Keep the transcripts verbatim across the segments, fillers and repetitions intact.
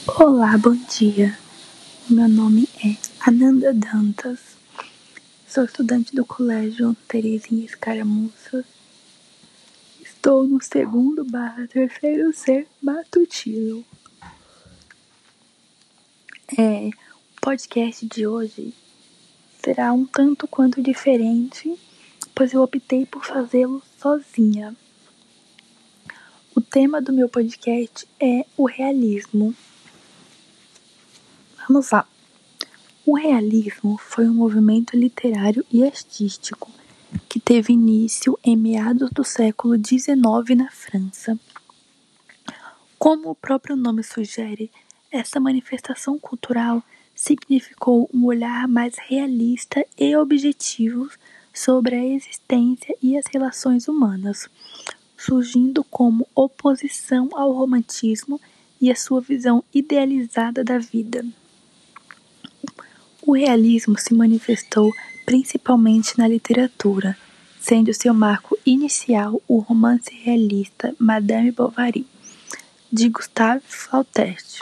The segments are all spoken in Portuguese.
Olá, bom dia. Meu nome é Ananda Dantas. Sou estudante do Colégio Terezinha Escaramuça. Estou no segundo barra terceiro C matutino. É, o podcast de hoje será um tanto quanto diferente, pois eu optei por fazê-lo sozinha. O tema do meu podcast é o realismo. Vamos lá. O realismo foi um movimento literário e artístico que teve início em meados do século dezenove na França. Como o próprio nome sugere, essa manifestação cultural significou um olhar mais realista e objetivo sobre a existência e as relações humanas, surgindo como oposição ao romantismo e a sua visão idealizada da vida. O realismo se manifestou principalmente na literatura, sendo seu marco inicial o romance realista Madame Bovary, de Gustave Flaubert,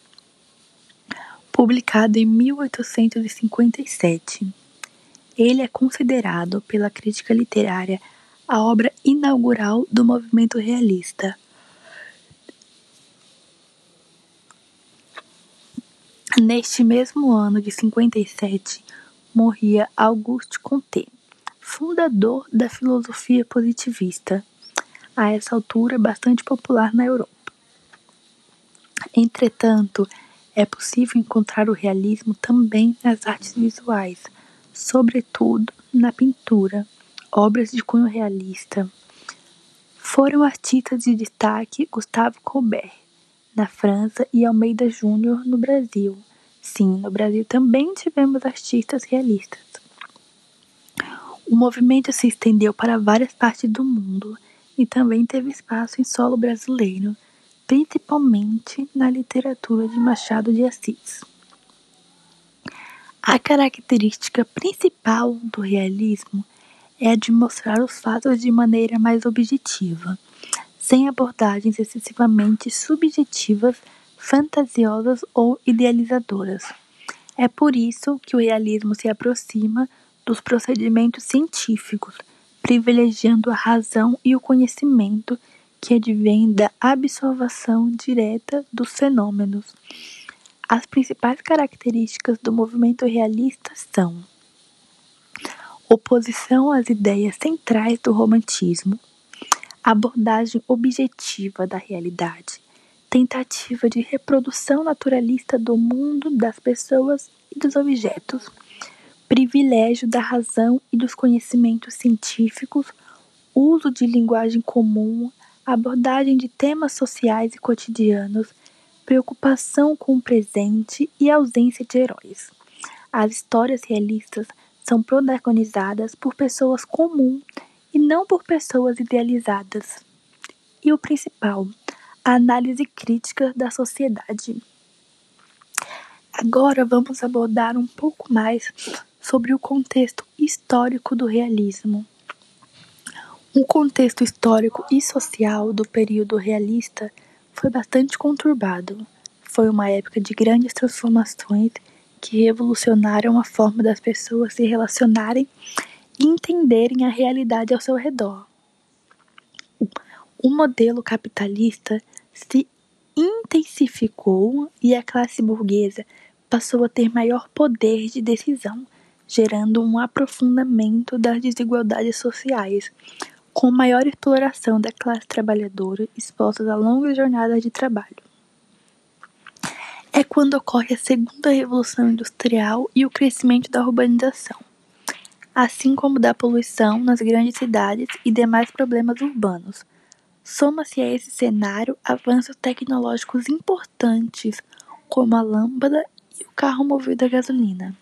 publicado em mil oitocentos e cinquenta e sete. Ele é considerado pela crítica literária a obra inaugural do movimento realista. Neste mesmo ano de cinquenta e sete, morria Auguste Comte, fundador da filosofia positivista, a essa altura bastante popular na Europa. Entretanto, é possível encontrar o realismo também nas artes visuais, sobretudo na pintura, obras de cunho realista. Foram artistas de destaque Gustave Courbet, na França, e Almeida Júnior no Brasil. Sim, no Brasil também tivemos artistas realistas. O movimento se estendeu para várias partes do mundo e também teve espaço em solo brasileiro, principalmente na literatura de Machado de Assis. A característica principal do realismo é a de mostrar os fatos de maneira mais objetiva, sem abordagens excessivamente subjetivas, fantasiosas ou idealizadoras. É por isso que o realismo se aproxima dos procedimentos científicos, privilegiando a razão e o conhecimento que advém da observação direta dos fenômenos. As principais características do movimento realista são: oposição às ideias centrais do romantismo, abordagem objetiva da realidade, tentativa de reprodução naturalista do mundo, das pessoas e dos objetos, privilégio da razão e dos conhecimentos científicos, uso de linguagem comum, abordagem de temas sociais e cotidianos, preocupação com o presente e ausência de heróis. As histórias realistas são protagonizadas por pessoas comuns e não por pessoas idealizadas. E o principal, a análise crítica da sociedade. Agora vamos abordar um pouco mais sobre o contexto histórico do realismo. O contexto histórico e social do período realista foi bastante conturbado. Foi uma época de grandes transformações que revolucionaram a forma das pessoas se relacionarem e entenderem a realidade ao seu redor. O modelo capitalista se intensificou e a classe burguesa passou a ter maior poder de decisão, gerando um aprofundamento das desigualdades sociais, com maior exploração da classe trabalhadora expostas a longas jornadas de trabalho. É quando ocorre a segunda revolução industrial e o crescimento da urbanização, assim como da poluição nas grandes cidades e demais problemas urbanos. Soma-se a esse cenário avanços tecnológicos importantes, como a lâmpada e o carro movido a gasolina.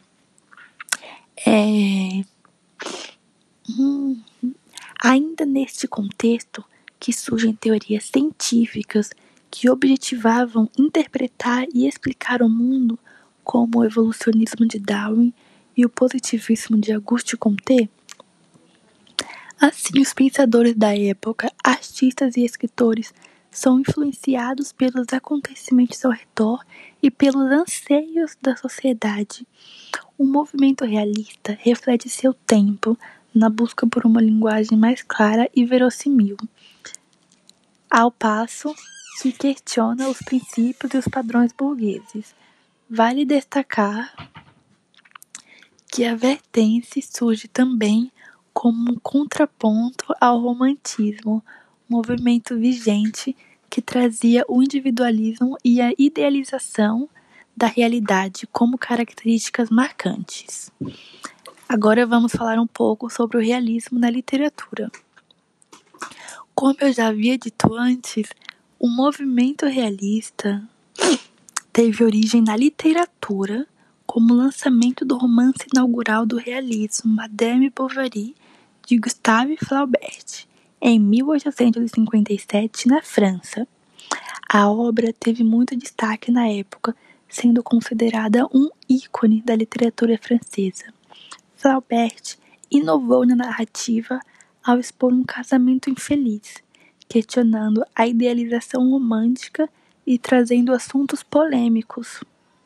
É... Hum... Ainda neste contexto que surgem teorias científicas que objetivavam interpretar e explicar o mundo, como o evolucionismo de Darwin e o positivismo de Auguste Comte. Assim, os pensadores da época, artistas e escritores são influenciados pelos acontecimentos ao redor e pelos anseios da sociedade. O movimento realista reflete seu tempo na busca por uma linguagem mais clara e verossímil, ao passo que questiona os princípios e os padrões burgueses. Vale destacar que a vertente surge também como um contraponto ao romantismo, movimento vigente que trazia o individualismo e a idealização da realidade como características marcantes. Agora vamos falar um pouco sobre o realismo na literatura. Como eu já havia dito antes, o movimento realista teve origem na literatura como lançamento do romance inaugural do realismo Madame Bovary, de Gustave Flaubert, em mil oitocentos e cinquenta e sete, na França. A obra teve muito destaque na época, sendo considerada um ícone da literatura francesa. Flaubert inovou na narrativa ao expor um casamento infeliz, questionando a idealização romântica e trazendo assuntos polêmicos,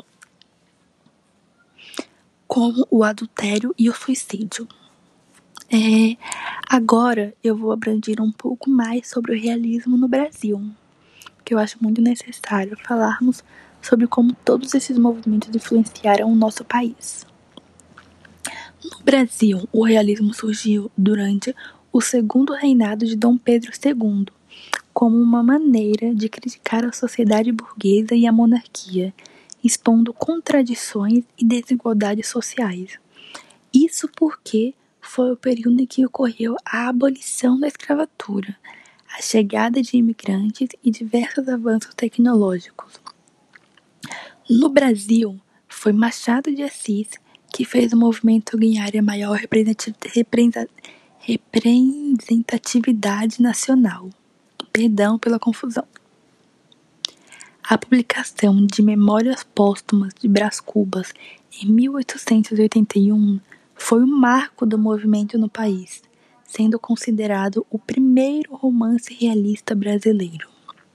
como o adultério e o suicídio. É, agora eu vou abranger um pouco mais sobre o realismo no Brasil, que eu acho muito necessário falarmos sobre como todos esses movimentos influenciaram o nosso país. No Brasil, o realismo surgiu durante o segundo reinado de Dom Pedro segundo, como uma maneira de criticar a sociedade burguesa e a monarquia, expondo contradições e desigualdades sociais. Isso porque foi o período em que ocorreu a abolição da escravatura, a chegada de imigrantes e diversos avanços tecnológicos. No Brasil, foi Machado de Assis que fez o movimento ganhar a maior representatividade nacional. Perdão pela confusão. A publicação de Memórias Póstumas de Brás Cubas em mil oitocentos e oitenta e um foi um marco do movimento no país, sendo considerado o primeiro romance realista brasileiro.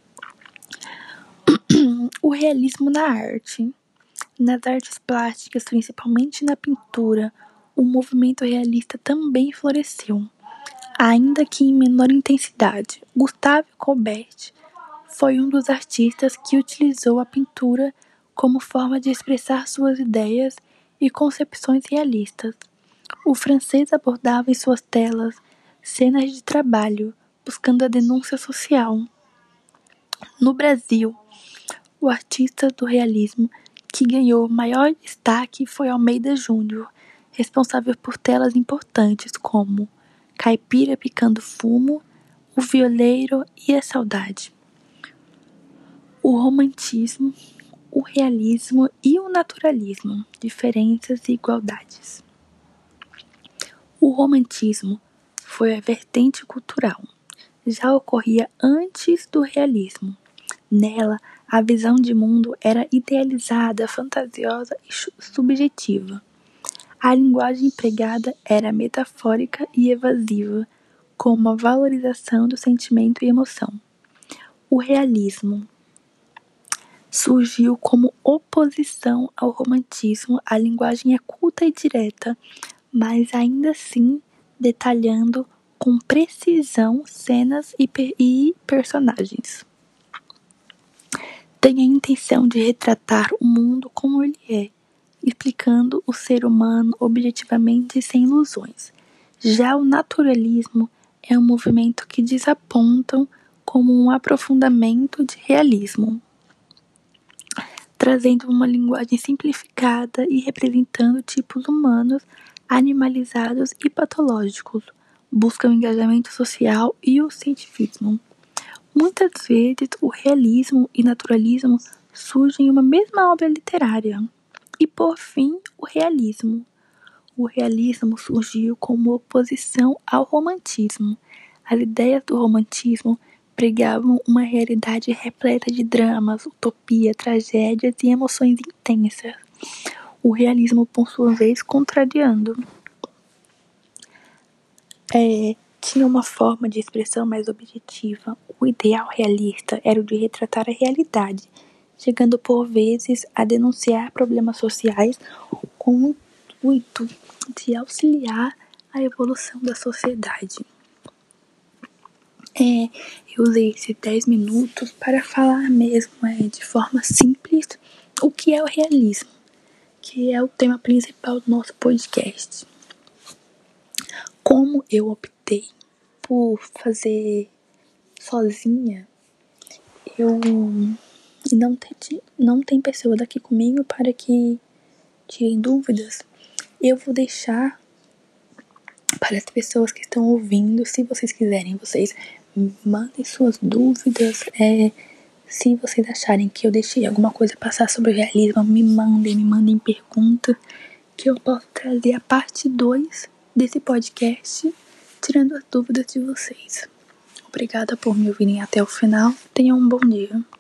O realismo na arte. Nas artes plásticas, principalmente na pintura, o movimento realista também floresceu, ainda que em menor intensidade. Gustave Courbet foi um dos artistas que utilizou a pintura como forma de expressar suas ideias e concepções realistas. O francês abordava em suas telas cenas de trabalho, buscando a denúncia social. No Brasil, o artista do realismo que ganhou maior destaque foi Almeida Júnior, responsável por telas importantes como Caipira Picando Fumo, O Violeiro e A Saudade. O romantismo, o realismo e o naturalismo, diferenças e igualdades. O romantismo foi a vertente cultural. Já ocorria antes do realismo. Nela, a visão de mundo era idealizada, fantasiosa e subjetiva. A linguagem empregada era metafórica e evasiva, com uma valorização do sentimento e emoção. O realismo surgiu como oposição ao romantismo. A linguagem é culta e direta, mas ainda assim detalhando com precisão cenas e, per- e personagens. Tem a intenção de retratar o mundo como ele é, explicando o ser humano objetivamente sem ilusões. Já o naturalismo é um movimento que desapontam como um aprofundamento de realismo, trazendo uma linguagem simplificada e representando tipos humanos, animalizados e patológicos, busca o engajamento social e o cientificismo. Muitas vezes o realismo e naturalismo surgem em uma mesma obra literária. E por fim, o realismo. O realismo surgiu como oposição ao romantismo. As ideias do romantismo pregavam uma realidade repleta de dramas, utopia, tragédias e emoções intensas. O realismo, por sua vez, contrariando. É, tinha uma forma de expressão mais objetiva. O ideal realista era o de retratar a realidade, chegando por vezes a denunciar problemas sociais com o intuito de auxiliar a evolução da sociedade. É, eu usei esses dez minutos para falar mesmo é, de forma simples o que é o realismo, que é o tema principal do nosso podcast. Como eu optei por fazer sozinha, eu não tem, não tem pessoa daqui comigo para que tirem dúvidas. Eu vou deixar para as pessoas que estão ouvindo, se vocês quiserem, vocês mandem suas dúvidas. É, se vocês acharem que eu deixei alguma coisa passar sobre o realismo, me mandem, me mandem perguntas, que eu posso trazer a parte dois desse podcast, tirando as dúvidas de vocês. Obrigada por me ouvirem até o final. Tenham um bom dia.